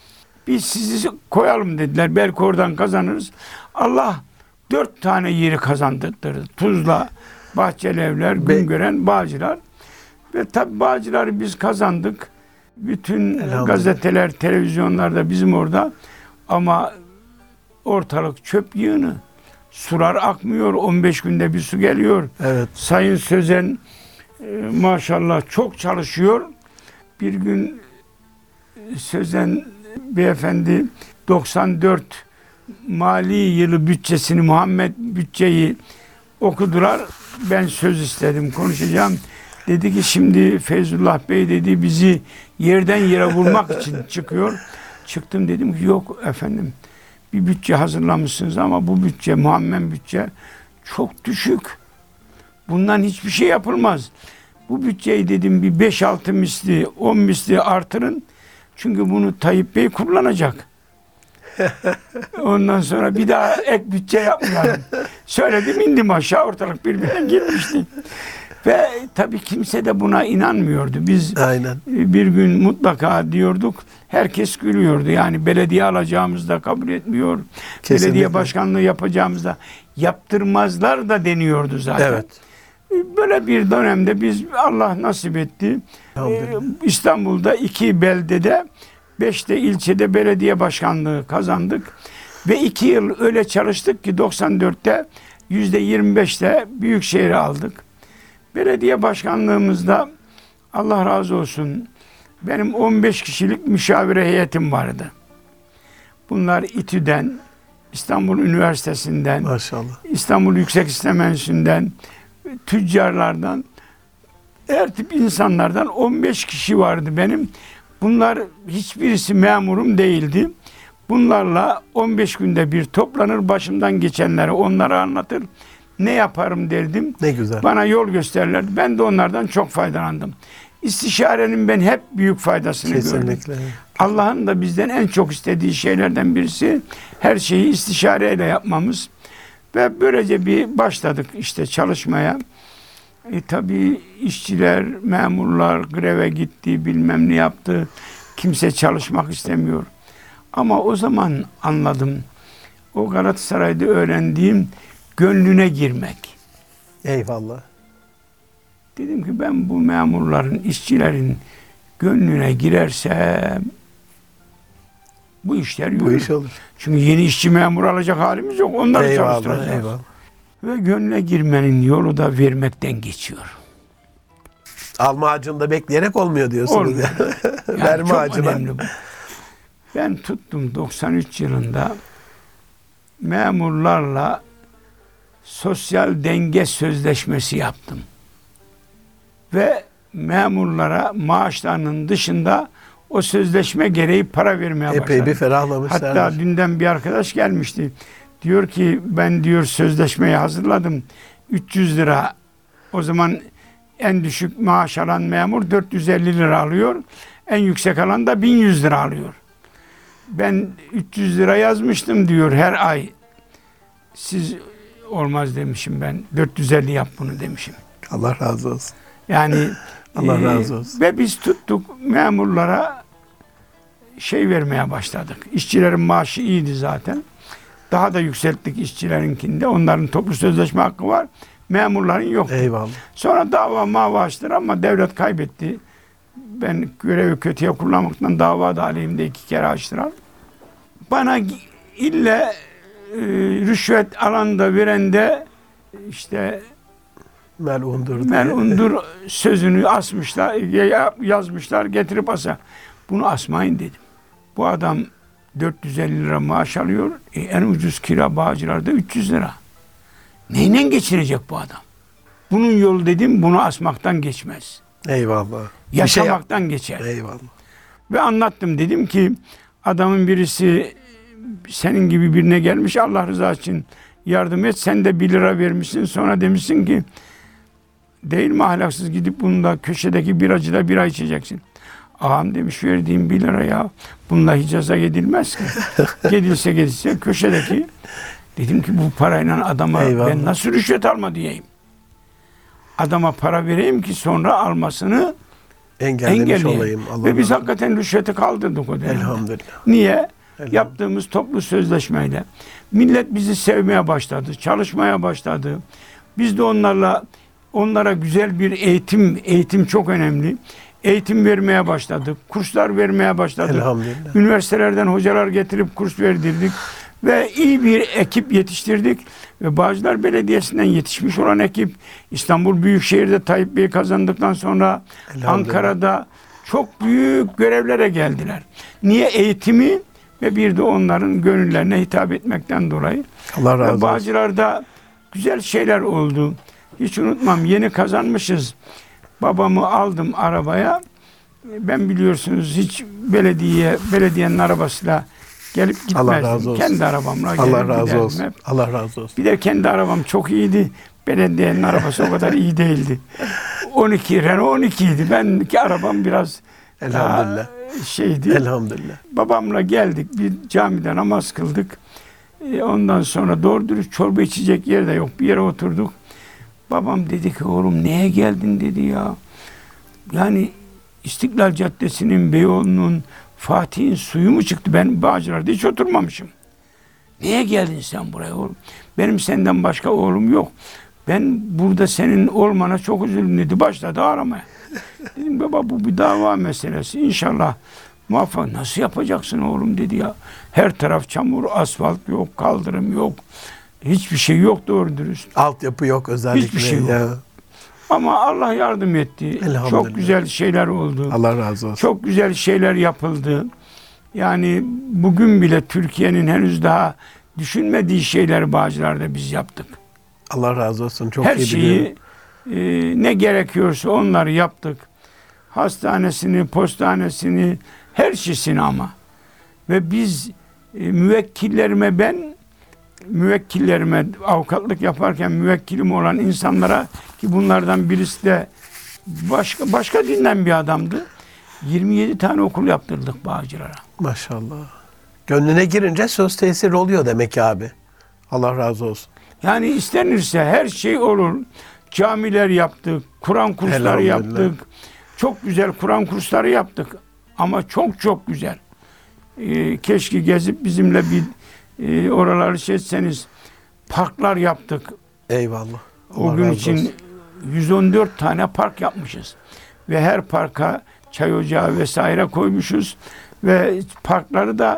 Biz sizi koyalım dediler. Belki oradan kazanırız. Allah dört tane yeri kazandırdı. Tuzla, Bahçelievler, Güngören, Bağcılar. Ve tabi Bağcılar'ı biz kazandık. Bütün Elhamdülillah. gazeteler, televizyonlarda bizim orada. Ama ortalık çöp yığını. Sular akmıyor. on beş günde bir su geliyor. Evet. Sayın Sözen e, maşallah çok çalışıyor. Bir gün e, Sözen beyefendi doksan dört mali yılı bütçesini, Muhammed bütçeyi okudular. Ben söz istedim, konuşacağım. Dedi ki şimdi Feyzullah Bey dedi bizi yerden yere vurmak için çıkıyor. Çıktım, dedim ki yok efendim. Bir bütçe hazırlamışsınız ama bu bütçe, Muhammed bütçe çok düşük. Bundan hiçbir şey yapılmaz. Bu bütçeyi dedim bir beş altı misli, on misli artırın. Çünkü bunu Tayyip Bey kullanacak. Ondan sonra bir daha ek bütçe yapmayalım. Söyledim, indim aşağı, ortalık birbirine girmişti. Ve tabii kimse de buna inanmıyordu. Biz Aynen. bir gün mutlaka diyorduk. Herkes gülüyordu. Yani belediye alacağımızda kabul etmiyor. Kesinlikle. Belediye başkanlığı yapacağımızda yaptırmazlar da deniyordu zaten. Evet. Böyle bir dönemde biz, Allah nasip etti. Elhamdülillah. Ee, İstanbul'da iki beldede, beşte ilçede belediye başkanlığı kazandık. Ve iki yıl öyle çalıştık ki doksan dörtte yüzde yirmi beşte Büyükşehir'i aldık. Belediye başkanlığımızda Allah razı olsun benim on beş kişilik müşavire heyetim vardı. Bunlar İTÜ'den, İstanbul Üniversitesi'nden, Maşallah. İstanbul Yüksek İslam Enstitüsü'nden, tüccarlardan, her tip insanlardan on beş kişi vardı benim. Bunlar hiçbirisi memurum değildi. Bunlarla on beş günde bir toplanır, başımdan geçenleri onlara anlatır. Ne yaparım derdim. Ne güzel. Bana yol gösterirlerdi. Ben de onlardan çok faydalandım. İstişarenin ben hep büyük faydasını gördüm. Kesinlikle. Allah'ın da bizden en çok istediği şeylerden birisi her şeyi istişareyle yapmamız. Ve böylece bir başladık işte çalışmaya. E, tabii işçiler, memurlar greve gitti, bilmem ne yaptı. Kimse çalışmak istemiyor. Ama o zaman anladım. O Galatasaray'da öğrendiğim gönlüne girmek. Eyvallah. Dedim ki ben bu memurların, işçilerin gönlüne girersem bu işler yürür. Bu iş olur. Çünkü yeni işçi memur alacak halimiz yok. Onları Eyvallah, çalıştıracağız. eyvallah. Ve gönle girmenin yolu da vermekten geçiyor. Alma ağacında bekleyerek olmuyor diyorsunuz. Olmuyor. Yani. Yani Verme çok ağacına. önemli bu. Ben tuttum doksan üç yılında memurlarla sosyal denge sözleşmesi yaptım. Ve memurlara maaşlarının dışında o sözleşme gereği para vermeye başladım. Epey bir ferahlamışlar. Hatta dünden bir arkadaş gelmişti. Diyor ki ben diyor sözleşmeyi hazırladım. üç yüz lira, o zaman en düşük maaş alan memur dört yüz elli lira alıyor. En yüksek alan da bin yüz lira alıyor. Ben üç yüz lira yazmıştım diyor her ay. Siz olmaz demişim ben. dört yüz elli yap bunu demişim. Allah razı olsun. Yani Allah e, razı olsun. ve biz tuttuk memurlara şey vermeye başladık. İşçilerin maaşı iyiydi zaten. Daha da yükselttik işçilerinkinde. Onların toplu sözleşme hakkı var. Memurların yok. Eyvallah. Sonra dava mava açtılar ama devlet kaybetti. Ben görevi kötüye kullanmaktan dava da aleyhimde iki kere açtılar. Bana ille e, rüşvet alanda verende işte Melundur diye. melundur sözünü asmışlar, yazmışlar, getirip asa. Bunu asmayın dedim. Bu adam dört yüz elli lira maaş alıyor. E, en ucuz kira Bağcılar'da üç yüz lira. Neyle geçirecek bu adam? Bunun yolu dedim, bunu asmaktan geçmez. Eyvallah. Yaşamaktan Bir geçer. şey yap- Eyvallah. Ve anlattım, dedim ki adamın birisi senin gibi birine gelmiş, Allah rızası için yardım et, sen de bir lira vermişsin, sonra demişsin ki değil mi ahlaksız, gidip bununla köşedeki biracıda bira içeceksin. Ağam demiş, verdiğim bir lira ya, bununla Hicaz'a gidilmez ki. Gidilse gidilse köşedeki. Dedim ki bu parayla adama Eyvallah. ben nasıl rüşvet alma diyeyim. Adama para vereyim ki sonra almasını Engellemiş engelleyeyim. olayım. Allah Ve biz razı olsun. hakikaten rüşveti kaldırdık o dönemde. Elhamdülillah. Niye? Elhamdülillah. Yaptığımız toplu sözleşmeyle millet bizi sevmeye başladı, çalışmaya başladı. Biz de onlarla onlara güzel bir eğitim, eğitim çok önemli. Eğitim vermeye başladık, kurslar vermeye başladık. Elhamdülillah. Üniversitelerden hocalar getirip kurs verdirdik ve iyi bir ekip yetiştirdik. Ve Bağcılar Belediyesi'nden yetişmiş olan ekip İstanbul Büyükşehir'de Tayyip Bey kazandıktan sonra Elhamdülillah. Ankara'da çok büyük görevlere geldiler. Niye? Eğitimi ve bir de onların gönüllerine hitap etmekten dolayı. Allah razı Ve olsun. Bağcılar'da güzel şeyler oldu. Hiç unutmam, yeni kazanmışız. Babamı aldım arabaya. Ben biliyorsunuz hiç belediye belediyenin arabasıyla gelip gitmezdim. Allah razı olsun. Kendi arabamla gelip Allah razı giderdim olsun. hep. Allah razı olsun. Bir de kendi arabam çok iyiydi. Belediyenin arabası o kadar iyi değildi. on iki Renault on iki idi. Benimki arabam biraz Elhamdülillah. daha şeydi. Elhamdülillah. Babamla geldik. Bir camide namaz kıldık. E, Ondan sonra doğru dürüst çorba içecek yer de yok. Bir yere oturduk. Babam dedi ki oğlum neye geldin dedi ya. Yani İstiklal Caddesi'nin, Beyoğlu'nun, Fatih'in suyu mu çıktı? Ben Bağcılar'da hiç oturmamışım. Niye geldin sen buraya oğlum? Benim senden başka oğlum yok. Ben burada senin olmana çok üzüldüm dedi. Başladı aramaya. Dedim baba bu bir dava meselesi. İnşallah muvaffak. Nasıl yapacaksın oğlum dedi ya. Her taraf çamur, asfalt yok, kaldırım yok. Hiçbir şey yok doğru dürüst. Altyapı yok özellikle. Hiçbir şey yok. Ya. Ama Allah yardım etti. Elhamdülillah. Çok güzel şeyler oldu. Allah razı olsun. Çok güzel şeyler yapıldı. Yani bugün bile Türkiye'nin henüz daha düşünmediği şeyler Bağcılar'da biz yaptık. Allah razı olsun. Çok Her iyi şeyi biliyorum. e, ne gerekiyorsa onları yaptık. Hastanesini, postanesini, her şeysini ama. Ve biz e, müvekkillerime ben müvekkillerime avukatlık yaparken müvekkilim olan insanlara, ki bunlardan birisi de başka başka dinden bir adamdı. yirmi yedi tane okul yaptırdık Bağcılar'a. Maşallah. Gönlüne girince söz tesir oluyor demek ki abi. Allah razı olsun. Yani istenirse her şey olur. Camiler yaptık, Kur'an kursları Elhamdülillah. yaptık. Çok güzel Kur'an kursları yaptık. Ama çok çok güzel. Ee, keşke gezip bizimle bir e, oraları şey etseniz. Parklar yaptık. Eyvallah. Allah O gün razı için olsun. yüz on dört tane park yapmışız. Ve her parka çay ocağı vesaire koymuşuz. Ve parkları da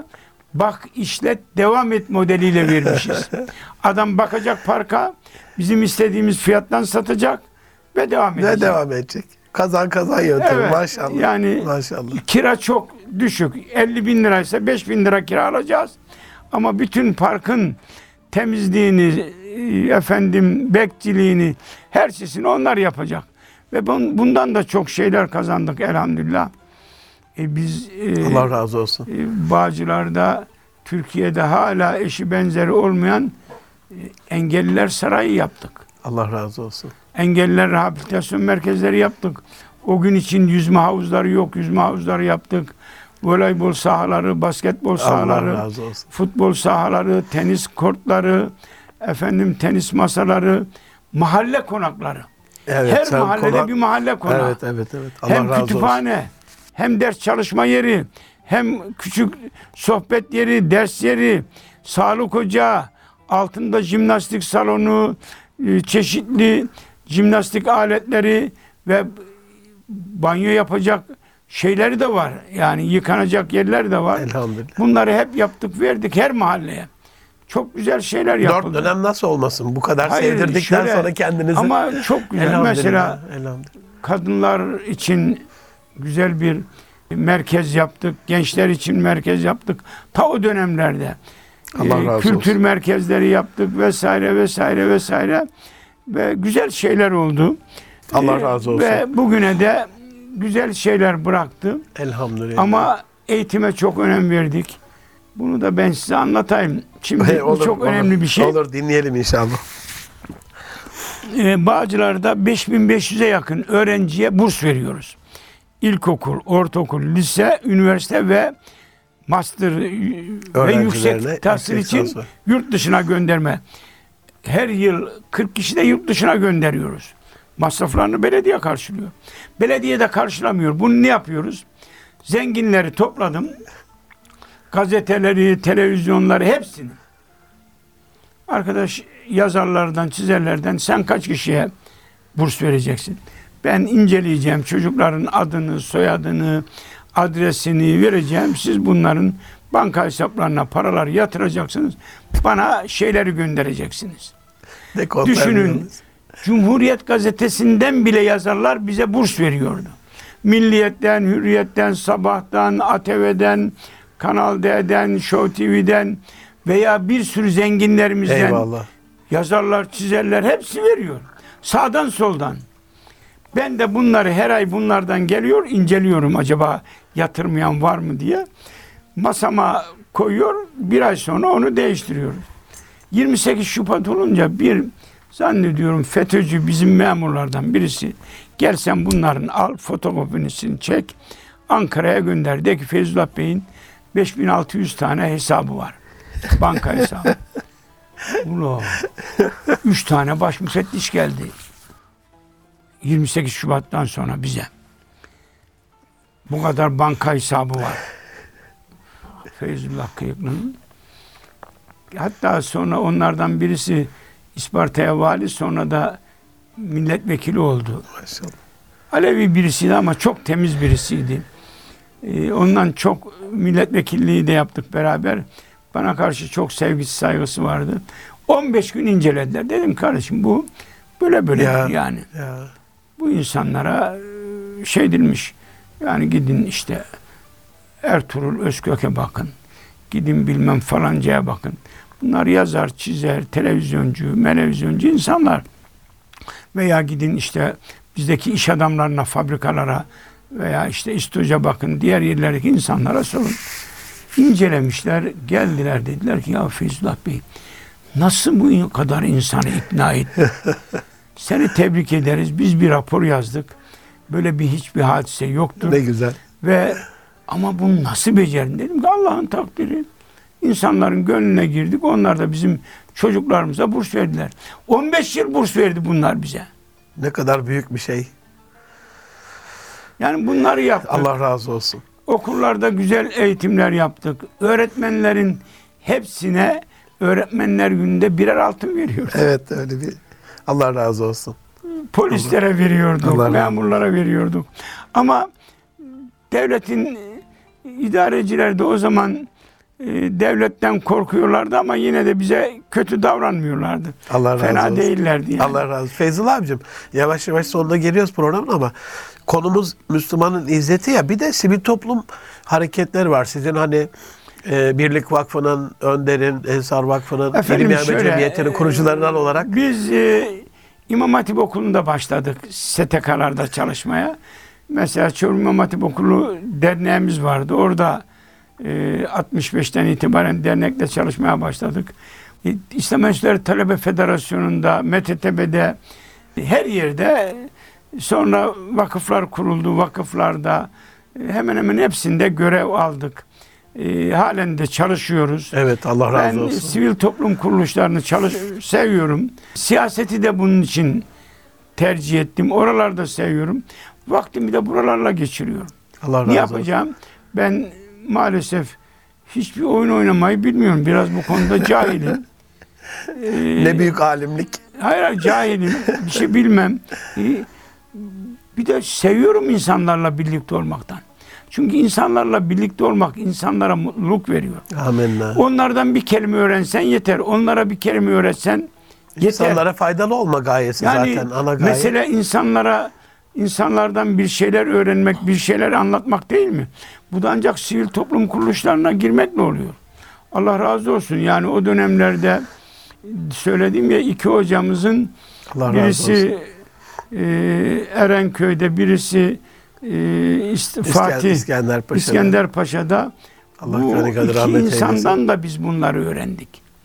bak, işlet, devam et modeliyle vermişiz. Adam bakacak parka, bizim istediğimiz fiyattan satacak ve devam edecek. Ne devam edecek? Kazan kazan yöntemi. Evet, Maşallah. yani Maşallah. kira çok düşük. elli bin liraysa beş bin lira kira alacağız. Ama bütün parkın temizliğini, efendim bekçiliğini, her şeyini onlar yapacak. Ve bundan da çok şeyler kazandık elhamdülillah. E biz e, Allah razı olsun. e, Bağcılar'da, Türkiye'de hala eşi benzeri olmayan e, engelliler sarayı yaptık. Allah razı olsun. Engelliler rehabilitasyon merkezleri yaptık. O gün için yüzme havuzları yok, yüzme havuzları yaptık. Voleybol sahaları, basketbol sahaları, Allah razı olsun. futbol sahaları, tenis kortları, efendim tenis masaları, mahalle konakları. Evet, Her sen mahallede konak- bir mahalle konağı. Evet, evet, evet. Allah Hem razı kütüphane, olsun. hem ders çalışma yeri, hem küçük sohbet yeri, ders yeri, sağlık ocağı, altında jimnastik salonu, e, çeşitli jimnastik aletleri ve banyo yapacak şeyleri de var. Yani yıkanacak yerler de var. Elhamdülillah. Bunları hep yaptık, verdik her mahalleye. Çok güzel şeyler yapıldı. Dört dönem nasıl olmasın? Bu kadar Hayır, sevdirdikten şöyle, sonra kendinizi. ama çok güzel. Elhamdülillah, Mesela elhamdülillah. kadınlar için güzel bir merkez yaptık. Gençler için merkez yaptık. Ta o dönemlerde. Allah Ee, razı kültür olsun. merkezleri yaptık vesaire vesaire vesaire. Ve güzel şeyler oldu. Allah Ee, razı olsun. Ve bugüne de güzel şeyler bıraktı. Elhamdülillah. Ama eğitime çok önem verdik. Bunu da ben size anlatayım. Şimdi Hey, bu olur, çok olur. önemli bir şey. Olur, dinleyelim inşallah. Ee, Bağcılar'da beş bin beş yüze yakın öğrenciye burs veriyoruz. İlkokul, ortaokul, lise, üniversite ve master ve Öğrencilerine yüksek tahsil yüksek için tahsil. yurt dışına gönderme. Her yıl kırk kişi de yurt dışına gönderiyoruz. Masraflarını belediye karşılıyor. Belediye de karşılamıyor. Bunu ne yapıyoruz? Zenginleri topladım. Gazeteleri, televizyonları hepsini. Arkadaş yazarlardan, çizerlerden sen kaç kişiye burs vereceksin? Ben inceleyeceğim çocukların adını, soyadını, adresini vereceğim. Siz bunların banka hesaplarına paraları yatıracaksınız. Bana şeyleri göndereceksiniz. Dekontlar Düşünün, veriyoruz. Cumhuriyet Gazetesi'nden bile yazarlar bize burs veriyordu. Milliyet'ten, Hürriyet'ten, Sabah'tan, A T V'den, Kanal D'den, Show T V'den veya bir sürü zenginlerimizden Eyvallah. yazarlar, çizerler hepsi veriyor. Sağdan soldan. Ben de bunları her ay bunlardan geliyor, inceliyorum acaba yatırmayan var mı diye. Masama koyuyor, bir ay sonra onu değiştiriyoruz. yirmi sekiz Şubat olunca bir zannediyorum FETÖ'cü bizim memurlardan birisi gel sen bunların al fotokopisini çek Ankara'ya gönder. De ki Feyzullah Bey'in beş bin altı yüz tane hesabı var. Banka hesabı. Ula. Üç tane baş müfettiş geldi. yirmi sekiz Şubat'tan sonra bize. Bu kadar banka hesabı var. Feyzullah Kıyıklı'nın. Hatta sonra onlardan birisi İsparta'ya vali, sonra da milletvekili oldu. Maşallah. Alevi birisiydi ama çok temiz birisiydi. Ee, ondan çok milletvekilliği de yaptık beraber. Bana karşı çok sevgisi, saygısı vardı. on beş gün incelediler. Dedim kardeşim bu böyle böyle Ya, yani. Ya. Bu insanlara e, şey edilmiş. Yani gidin işte Ertuğrul Özkök'e bakın. Gidin bilmem falancaya bakın. Bunlar yazar, çizer, televizyoncu, televizyoncu insanlar. Veya gidin işte bizdeki iş adamlarına, fabrikalara veya işte İstoca bakın, diğer yerlerdeki insanlara sorun. İncelemişler, geldiler dediler ki ya Feyzullah Bey nasıl bu kadar insanı ikna etti? Seni tebrik ederiz. Biz bir rapor yazdık. Böyle bir hiçbir hadise yoktu. Ne güzel. Ve ama bunu nasıl becerdin? Dedim ki Allah'ın takdiri. İnsanların gönlüne girdik. Onlar da bizim çocuklarımıza burs verdiler. on beş yıl burs verdi bunlar bize. Ne kadar büyük bir şey. Yani bunları yaptık. Allah razı olsun. Okullarda güzel eğitimler yaptık. Öğretmenlerin hepsine Öğretmenler Günü'nde birer altın veriyoruz. Evet, öyle bir. Allah razı olsun. Polislere veriyorduk, Allah razı- memurlara veriyorduk. Ama devletin idarecileri de o zaman e, devletten korkuyorlardı ama yine de bize kötü davranmıyorlardı. Allah razı Fena olsun. değillerdi yani. Allah razı olsun. Feyzullah abicim, yavaş yavaş sonuna geliyoruz programın ama konumuz Müslümanın izzeti ya. Bir de sivil toplum hareketleri var. Sizin hani e, Birlik Vakfı'nın, Önder'in, Ensar Vakfı'nın, Efendim İlim Yayma şöyle, Cemiyeti'nin kurucularından olarak. Biz e, İmam Hatip Okulu'nda başladık S T K'larda çalışmaya. Mesela Çorum İmam Hatip Okulu derneğimiz vardı. Orada e, altmış beşten itibaren dernekle çalışmaya başladık. E, İslam Enstitüleri Talebe Federasyonu'nda, M T T B'de, her yerde, sonra vakıflar kuruldu. Vakıflarda e, hemen hemen hepsinde görev aldık. E, halen de çalışıyoruz. Evet, Allah razı Ben olsun. sivil toplum kuruluşlarını çalış seviyorum. Siyaseti de bunun için tercih ettim. Oralarda seviyorum. Vaktimi de buralarla geçiriyorum. Allah razı Ne olsun. yapacağım? Ben maalesef hiçbir oyun oynamayı bilmiyorum. Biraz bu konuda cahilim. Ee, Ne büyük alimlik. Hayır, hayır, cahilim. Bir şey bilmem. Ee, bir de seviyorum insanlarla birlikte olmaktan. Çünkü insanlarla birlikte olmak insanlara mutluluk veriyor. Amenna. Onlardan bir kelime öğrensen yeter. Onlara bir kelime öğretsen yeter. İnsanlara faydalı olma gayesi Yani zaten ana gaye. mesele insanlara, insanlardan bir şeyler öğrenmek, bir şeyler anlatmak değil mi? Bu da ancak sivil toplum kuruluşlarına girmekle oluyor. Allah razı olsun. Yani o dönemlerde söylediğim ya, iki hocamızın Allah razı birisi olsun. e, Erenköy'de, birisi e, İst- Fatih İskender Paşa'da. İskender Paşa'da. Allah Bu gani gani iki rahmet insandan eylesin. da biz bunları öğrendik.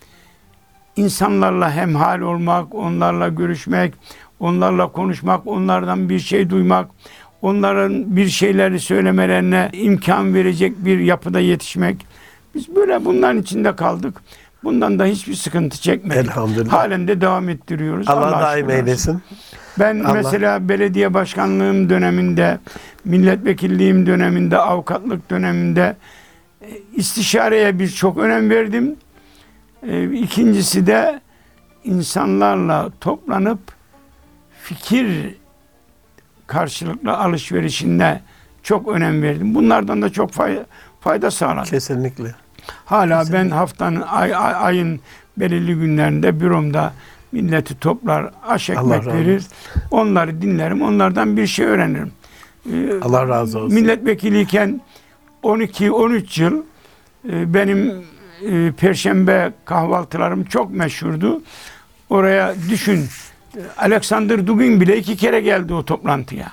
İnsanlarla hemhal olmak, onlarla görüşmek, onlarla konuşmak, onlardan bir şey duymak, onların bir şeyleri söylemelerine imkan verecek bir yapıda yetişmek. Biz böyle bunların içinde kaldık. Bundan da hiçbir sıkıntı çekmedik. Elhamdülillah. Halen de devam ettiriyoruz. Allah Allah'a daim şükür olsun. eylesin. Ben Allah. mesela belediye başkanlığım döneminde, milletvekilliğim döneminde, avukatlık döneminde e, istişareye bir çok önem verdim. E, İkincisi de insanlarla toplanıp fikir karşılıklı alışverişinde çok önem verdim. Bunlardan da çok fayda, fayda sağladım. Kesinlikle. Hala ben haftanın, ay, ay- ayın belirli günlerinde büromda milleti toplar, aş Allah ekmek razı verir. olsun. Onları dinlerim, onlardan bir şey öğrenirim. Ee, Allah razı olsun. Milletvekiliyken on iki on üç yıl e, benim e, perşembe kahvaltılarım çok meşhurdu. Oraya düşün, e, Alexander Dugin bile iki kere geldi o toplantıya.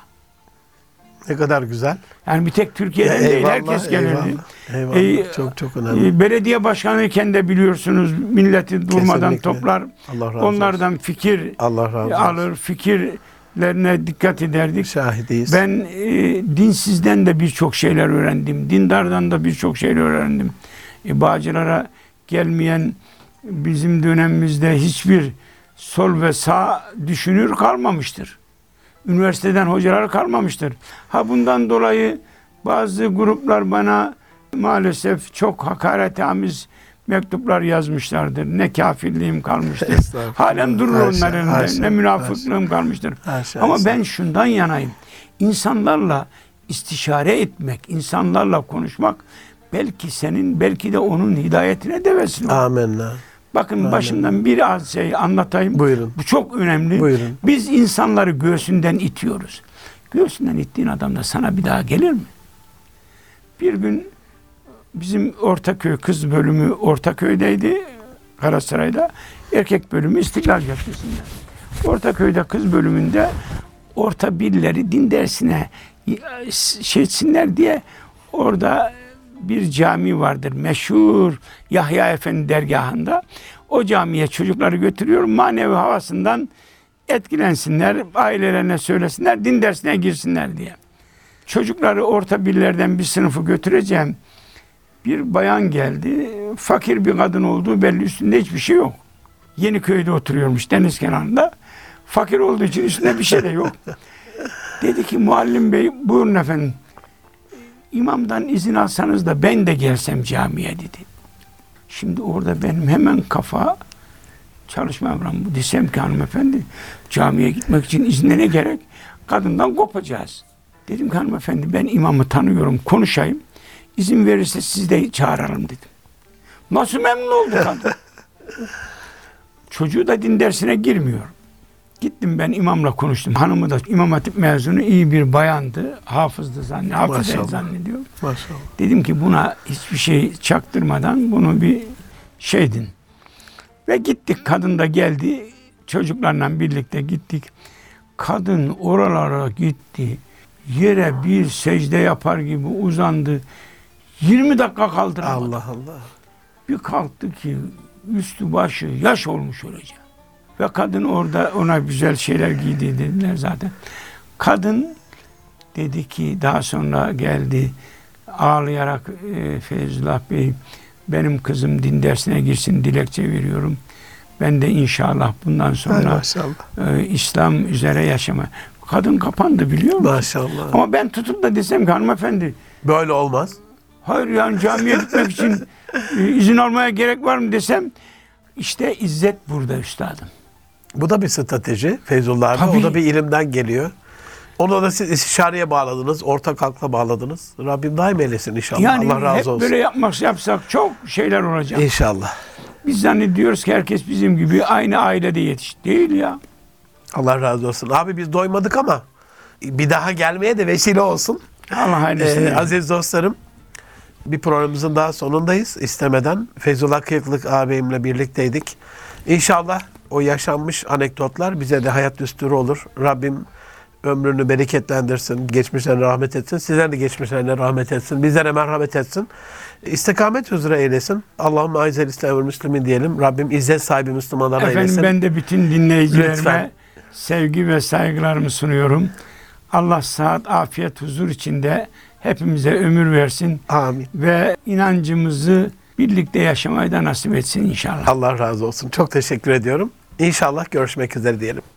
Ne kadar güzel. Yani bir tek Türkiye'den Ya, değil, eyvallah, herkes gelirdi. Eyvallah. eyvallah. Ee, çok çok önemli. E, Belediye başkanıyken de biliyorsunuz milleti durmadan Kesinlikle. toplar. Allah razı olsun. Onlardan fikir Allah razı olsun. alır, fikirlerine dikkat ederdik. Şahidiyiz. Ben e, dinsizden de birçok şeyler öğrendim. Dindardan da birçok şeyler öğrendim. E, Bağcılar'a gelmeyen bizim dönemimizde hiçbir sol ve sağ düşünür kalmamıştır. Üniversiteden hocalar kalmamıştır. Ha bundan dolayı bazı gruplar bana maalesef çok hakaretamiz mektuplar yazmışlardır. Ne kafirliğim kalmıştır. Estağfurullah. Halen durur Haşa, onların önünde. haşa, Ne münafıklığım kalmıştır. Haşa, Ama haşa. ben şundan yanayım. İnsanlarla istişare etmek, insanlarla konuşmak belki senin, belki de onun hidayetine de vesile olur. Amenna. Bakın Amin. başından bir az şey anlatayım. Buyurun. Bu çok önemli. Buyurun. Biz insanları göğsünden itiyoruz. Göğsünden ittiğin adam da sana bir daha gelir mi? Bir gün bizim Ortaköy kız bölümü Ortaköy'deydi. Karasaray'da. Erkek bölümü İstiklal Caddesi'nde. Ortaköy'de kız bölümünde orta birleri din dersine şey etsinler diye orada bir cami vardır. Meşhur Yahya Efendi dergahında. O camiye çocukları götürüyorum. Manevi havasından etkilensinler, ailelerine söylesinler, din dersine girsinler diye. Çocukları orta birlerden bir sınıfı götüreceğim. Bir bayan geldi. Fakir bir kadın olduğu belli, üstünde hiçbir şey yok. Yeniköy'de oturuyormuş, deniz kenarında. Fakir olduğu için üstünde bir şey de yok. Dedi ki muallim bey, buyurun efendim. İmamdan izin alsanız da ben de gelsem camiye dedi. Şimdi orada benim hemen kafa çalışmam lan. Bu desem ki hanımefendi camiye gitmek için iznine ne gerek? Kadından kopacağız. Dedim ki hanımefendi ben imamı tanıyorum, konuşayım. İzin verirse sizi de çağıralım dedim. Nasıl memnun oldu kadın? Çocuğu da din dersine girmiyor. Gittim ben imamla konuştum. Hanımı da İmam Hatip mezunu, iyi bir bayandı. Hafızdı zannediyor. Hafızdı zannediyor. Maşallah. Dedim ki buna hiçbir şey çaktırmadan bunu bir şeydin. Ve gittik. Kadın da geldi. Çocuklarla birlikte gittik. Kadın oralara gitti. Yere bir secde yapar gibi uzandı. yirmi dakika kaldıramadı. Allah Allah. Bir kalktı ki üstü başı yaş olmuş olacak. Ve kadın orada ona güzel şeyler giydi dediler zaten. Kadın dedi ki daha sonra geldi ağlayarak e, Feyzullah Bey, benim kızım din dersine girsin, dilekçe veriyorum. Ben de inşallah bundan sonra e, İslam üzere yaşama. Kadın kapandı biliyor musun? Maşallah. Ama ben tutup da desem ki hanımefendi, Böyle olmaz. hayır yani camiye gitmek için e, izin almaya gerek var mı desem, işte izzet burada üstadım. Bu da bir strateji Feyzullah abi. Tabii. O da bir ilimden geliyor. Onu da siz istişareye bağladınız. Ortak akla bağladınız. Rabbim daim eylesin inşallah. Yani Allah razı hep olsun. böyle yapmak yapsak çok şeyler olacak. İnşallah. Biz zannediyoruz ki herkes bizim gibi aynı ailede yetişti. Değil ya. Allah razı olsun. Abi biz doymadık ama bir daha gelmeye de vesile olsun. Allah hayırlısını. Ee, aziz dostlarım, bir programımızın daha sonundayız. İstemeden Feyzullah Kıyıklık ağabeyimle birlikteydik. İnşallah o yaşanmış anekdotlar bize de hayat düsturu olur. Rabbim ömrünü bereketlendirsin, geçmişlerine rahmet etsin. Sizler de geçmişlerine rahmet etsin. Bizlere merhamet etsin. İstikamet üzere eylesin. Allahümme aizel İslam ve Müslümin diyelim. Rabbim izzet sahibi Müslümanlar Efendim eylesin. ben de bütün dinleyicilerime Lütfen. sevgi ve saygılarımı sunuyorum. Allah sıhhat, afiyet, huzur içinde hepimize ömür versin. Amin. Ve inancımızı birlikte yaşamayı da nasip etsin inşallah. Allah razı olsun. Çok teşekkür ediyorum. İnşallah görüşmek üzere diyelim.